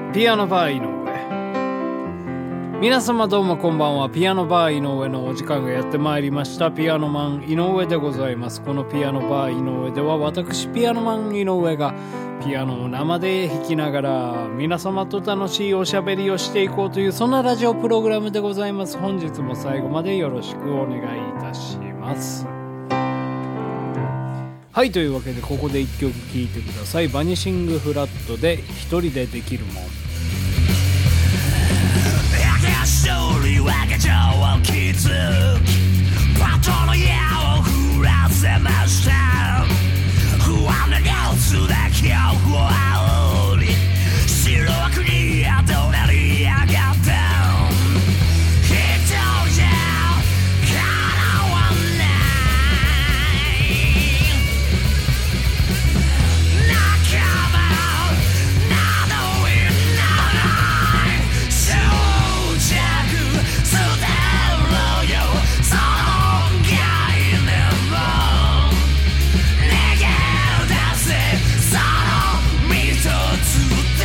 ピアノバー井上。皆様どうもこんばんは。ピアノバー井上のお時間がやってまいりました。ピアノマン井上でございます。このピアノバー井上では私ピアノマン井上がピアノを生で弾きながら皆様と楽しいおしゃべりをしていこうというそんなラジオプログラムでございます。本日も最後までよろしくお願いいたします。はい、というわけでここで一曲聴いてください。バニシングフラットで一人でできるもん。 一人分け情を気づきバトンの矢を降らせました。不安な様子で記憶を煽り白枠に怒鳴りやがった一人じゃ叶わない仲間などいない執着捨てろよその概念を逃げ出せその身とつって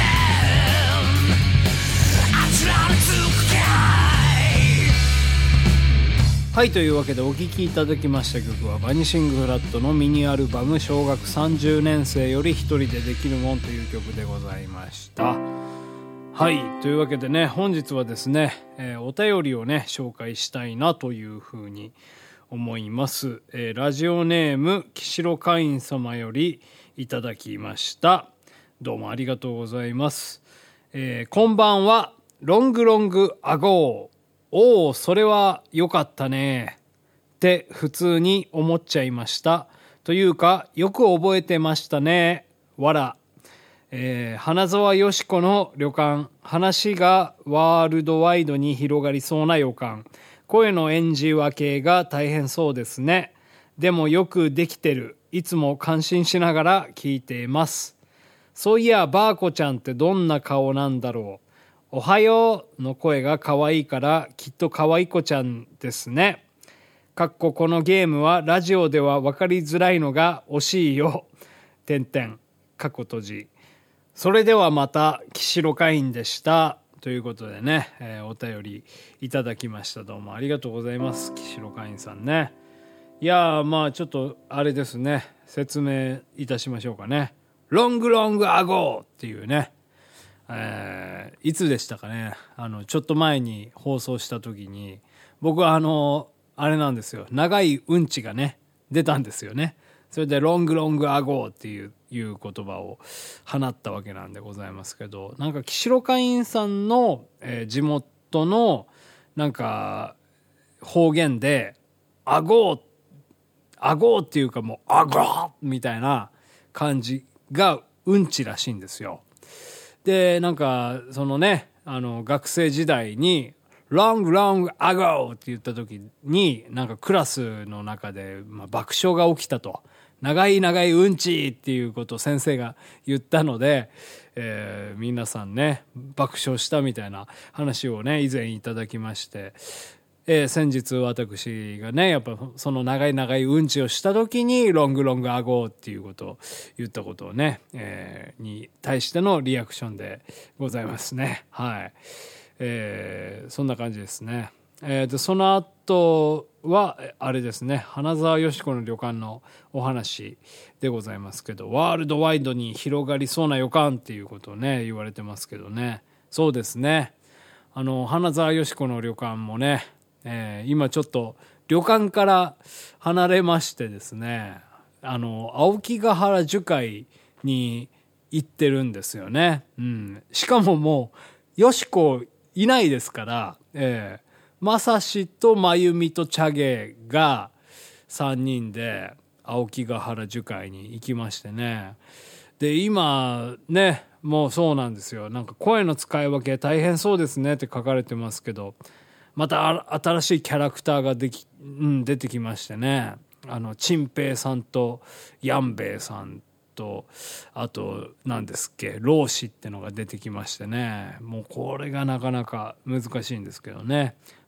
あちらにつくかい。 はい、というわけでお聴きいただきました曲はバニシングフラットのミニアルバム小学30年生より一人でできるもんという曲でございました。はい、というわけでね、本日はですね、お便りをね紹介したいなというふうに思います。ラジオネーム岸路会員様よりいただきました。どうもありがとうございます。こんばんは。ロングロングアゴー。おお、それは良かったねって普通に思っちゃいました。というかよく覚えてましたね。わら。花沢よし子の旅館、話がワールドワイドに広がりそうな予感。声の演じ分けが大変そうですね。でもよくできてる。いつも感心しながら聞いています。そういやバーコちゃんってどんな顔なんだろう。おはようの声が可愛いからきっと可愛い子ちゃんですね。かっここのゲームはラジオでは分かりづらいのが惜しいよ。かっこ閉じ。それではまた岸路会員でしたということでね、お便りいただきました。どうもありがとうございます、岸路会員さんね。いやー、まあちょっとあれですね、説明いたしましょうかね。ロングロングアゴーっていうね、いつでしたかね、ちょっと前に放送した時に僕はあれなんですよ、長いうんちがね出たんですよね。それでロングロングアゴーっていう言葉を放ったわけなんでございますけど、なんか岸路会員さんの、地元のなんか方言でアゴーっていうかもうアゴーみたいな感じがうんちらしいんですよ。でなんかそのね、学生時代にロングロングアゴーって言った時になんかクラスの中で、爆笑が起きたと。長い長いうんちっていうことを先生が言ったので、皆さんね爆笑したみたいな話をね以前いただきまして、先日私がねやっぱその長い長いうんちをした時にロングロングアゴーっていうことを言ったことをね、に対してのリアクションでございますね。はい、そんな感じですね。でその後はあれですね、花沢よし子の旅館のお話でございますけど、ワールドワイドに広がりそうな予感っていうことをね言われてますけどね。そうですね、花沢よし子の旅館もね、今ちょっと旅館から離れましてですね、青木ヶ原樹海に行ってるんですよね。しかももうよし子いないですから、まさしとまゆみと茶芸が3人で青木ヶ原樹海に行きましてね。で今ねもうそうなんですよ、なんか声の使い分け大変そうですねって書かれてますけど、また新しいキャラクターが出てきましてね、チンペイさんとヤンベイさんとあと何ですっけ老子ってのが出てきましてね、もうこれがなかなか難しいんですけどね。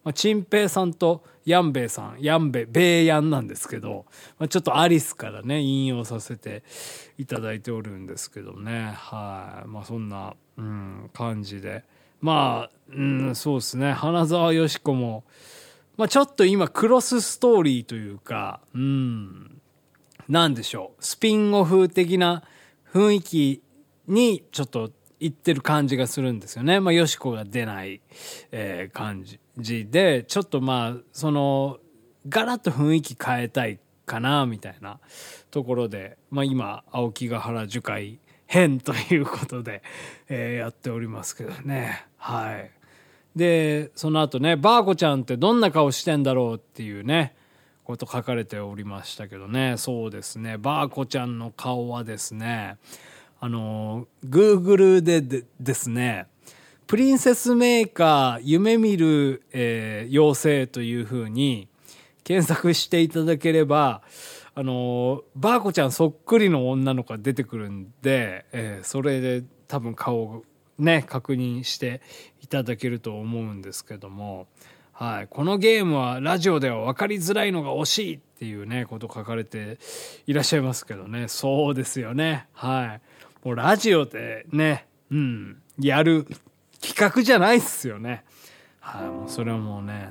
チンペイさんとヤンベイさん、ベイヤンなんですけど、ちょっとアリスからね引用させていただいておるんですけどね。はい。そんな、感じで、そうですね。花澤よし子も、ちょっと今クロスストーリーというか、なんでしょう、スピンオフ的な雰囲気にちょっと言ってる感じがするんですよね。よしこが出ない、感じで、ちょっとそのガラッと雰囲気変えたいかなみたいなところで、今青木ヶ原樹海編ということで、やっておりますけどね。はい。でその後ね、バーコちゃんってどんな顔してんだろうっていうねこと書かれておりましたけどね。そうですね、バーコちゃんの顔はですね、Google でですね、プリンセスメーカー夢見る、妖精というふうに検索していただければ、バーコちゃんそっくりの女の子が出てくるんで、それで多分顔をね確認していただけると思うんですけども、はい、このゲームはラジオでは分かりづらいのが惜しいっていうねこと書かれていらっしゃいますけどね。そうですよね。はい。もうラジオでね、やる企画じゃないっすよね。はい。もうそれはもうね、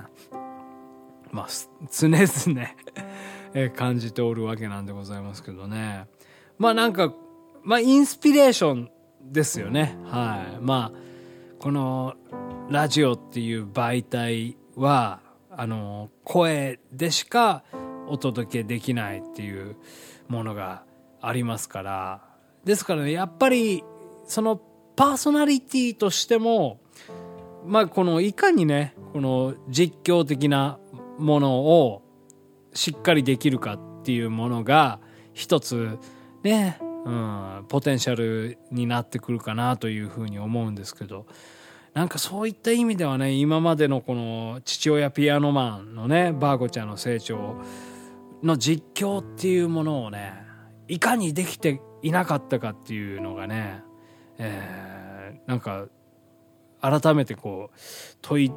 常々感じておるわけなんでございますけどね。なんかインスピレーションですよね。はい。このラジオっていう媒体は声でしかお届けできないっていうものがありますから、ですからね、やっぱりそのパーソナリティとしてもこのいかにねこの実況的なものをしっかりできるかっていうものが一つね、ポテンシャルになってくるかなというふうに思うんですけど、なんかそういった意味ではね、今までのこの父親ピアノマンのねバーコちゃんの成長の実況っていうものをねいかにできていなかったかっていうのがね、なんか改めてこう問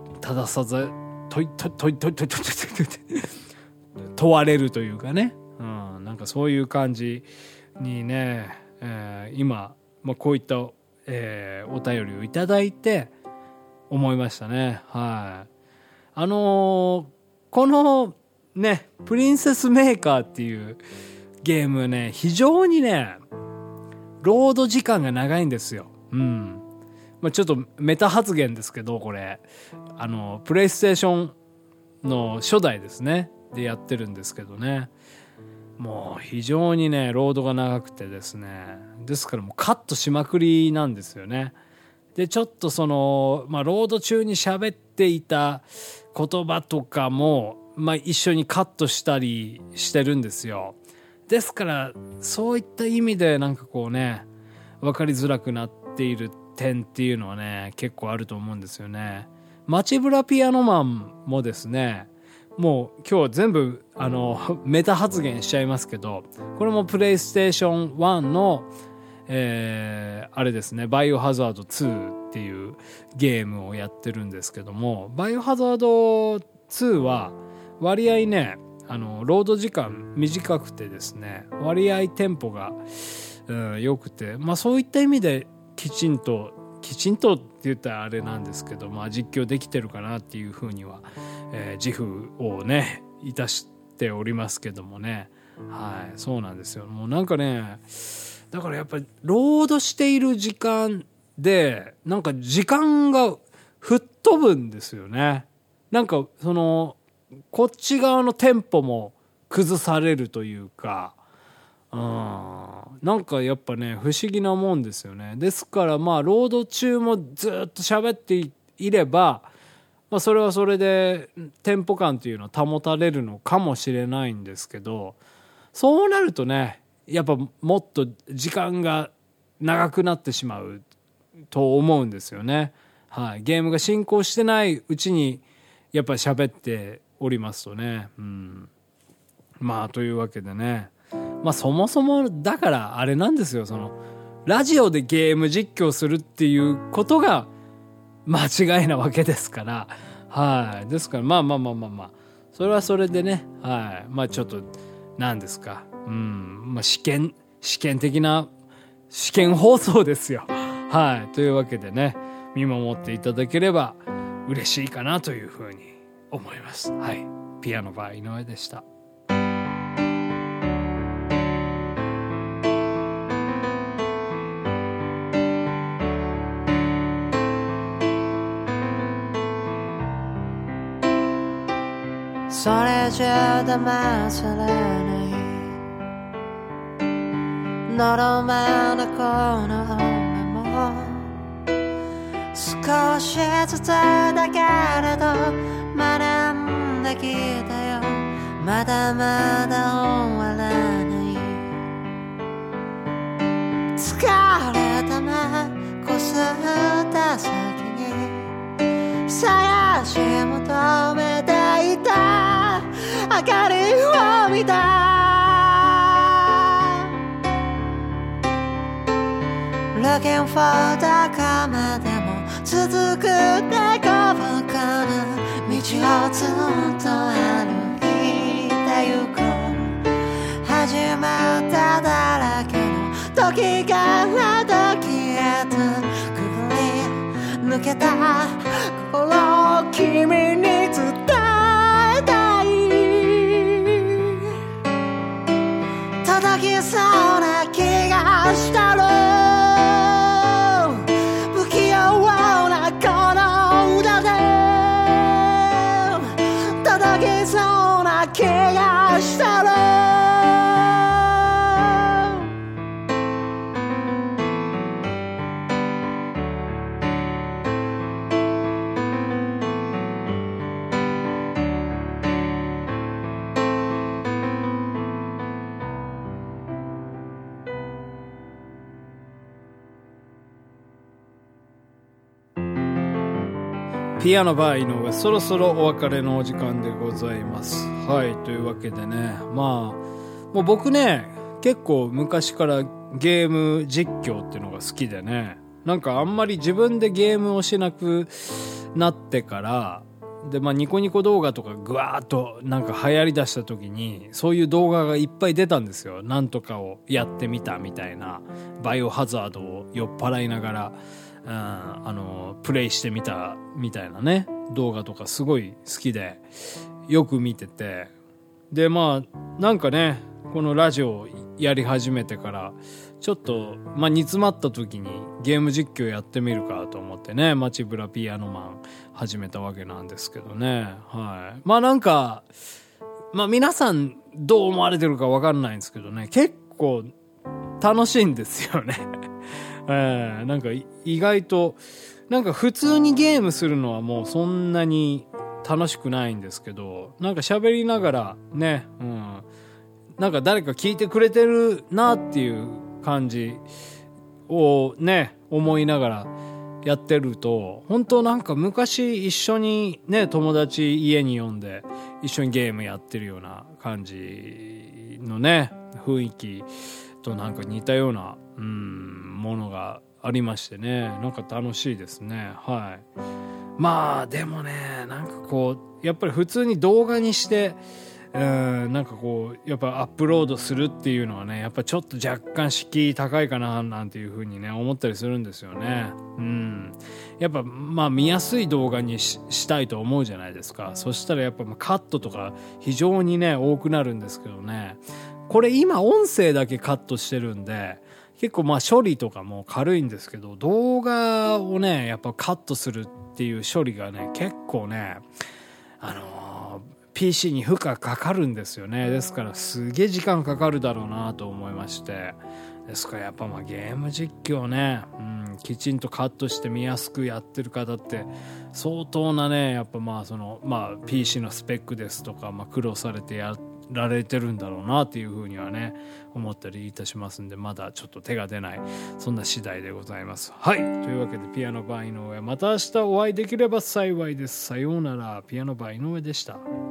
われるというかね、なんかそういう感じにね、今、こういった、お便りをいただいて思いましたね。はい。このねプリンセスメーカーっていうゲームね、非常にねロード時間が長いんですよ。ちょっとメタ発言ですけど、これプレイステーションの初代ですねでやってるんですけどね、もう非常にねロードが長くてですね、ですからもうカットしまくりなんですよね。でちょっとそのロード中に喋っていた言葉とかも一緒にカットしたりしてるんですよ。ですからそういった意味でなんかこうね分かりづらくなっている点っていうのはね結構あると思うんですよね。街ブラピアノマンもですね、もう今日全部メタ発言しちゃいますけど、これもプレイステーション1のあれですね、バイオハザード2っていうゲームをやってるんですけども、バイオハザード2は割合ねロード時間短くてですね、割合テンポが良くて、そういった意味できちんとって言ったらあれなんですけど、実況できてるかなっていうふうには、自負をねいたしておりますけどもね。はい、そうなんですよ。もうなんかね、だからやっぱりロードしている時間でなんか時間が吹っ飛ぶんですよね。なんかそのこっち側のテンポも崩されるというか、なんかやっぱね不思議なもんですよね。ですからロード中もずっと喋っていれば、それはそれでテンポ感っていうのは保たれるのかもしれないんですけど、そうなるとねやっぱもっと時間が長くなってしまうと思うんですよね。はい、ゲームが進行してないうちにやっぱり喋っておりますとね、というわけでね、そもそもだからあれなんですよ、そのラジオでゲーム実況するっていうことが間違いなわけですから、 はい。ですからまあそれはそれでね、はい。まあちょっと何ですか、まあ試験的な試験放送ですよ。はい。というわけでね、見守っていただければ嬉しいかなというふうに思います。はい。ピアノバー井上でした。 それじゃ騙されないのど真ん中の目も少しずつだけれど学んできたよ。まだまだ終わらない疲れた目こすった先に探し求めていた明かりを見た。 Looking for the come でも続くでこぼこな道をずっと歩いてゆく。始まっただらけの時から時へとくぐり抜けた心を君に伝えたい。届きそうな気がしたろう。不器用なこの歌で届きそうな気がしたろう。 ピアノバー井上、そろそろお別れのお時間でございます。はい、というわけでね、まあもう僕ね結構昔からゲーム実況っていうのが好きでね、なんかあんまり自分でゲームをしなくなってからで、まあニコニコ動画とかぐわーっとなんか流行り出した時にそういう動画がいっぱい出たんですよ。なんとかをやってみたみたいな、バイオハザードを酔っ払いながらプレイしてみたみたいなね動画とかすごい好きでよく見てて、でまあなんかねこのラジオやり始めてからちょっとまあ煮詰まった時にゲーム実況やってみるかと思ってね、街ブラピアノマン始めたわけなんですけどね。はい。まあなんかまあ皆さんどう思われてるか分かんないんですけどね、結構楽しいんですよね。なんか意外となんか普通にゲームするのはもうそんなに楽しくないんですけど、なんか喋りながらね、なんか誰か聞いてくれてるなっていう感じをね思いながらやってると、本当なんか昔一緒にね友達家に呼んで一緒にゲームやってるような感じのね雰囲気となんか似たようなものがありましてね、なんか楽しいですね。はい。まあでもねなんかこうやっぱり普通に動画にしてなんかこうやっぱアップロードするっていうのはねやっぱちょっと若干敷居高いかななんていう風にね思ったりするんですよね。やっぱまあ見やすい動画に したいと思うじゃないですか。そしたらやっぱカットとか非常にね多くなるんですけどね、これ今音声だけカットしてるんで結構まあ処理とかも軽いんですけど、動画をねやっぱカットするっていう処理がね結構ねPC に負荷かかるんですよね。ですからすげえ時間かかるだろうなと思いまして、ですからやっぱまあゲーム実況ね、きちんとカットして見やすくやってる方って相当なねやっぱまあPC のスペックですとか、苦労されてやられてるんだろうなっていうふうにはね思ったりいたしますんで、まだちょっと手が出ないそんな次第でございます。はい、というわけでピアノバー井上、また明日お会いできれば幸いです。さようなら。ピアノバー井上でした。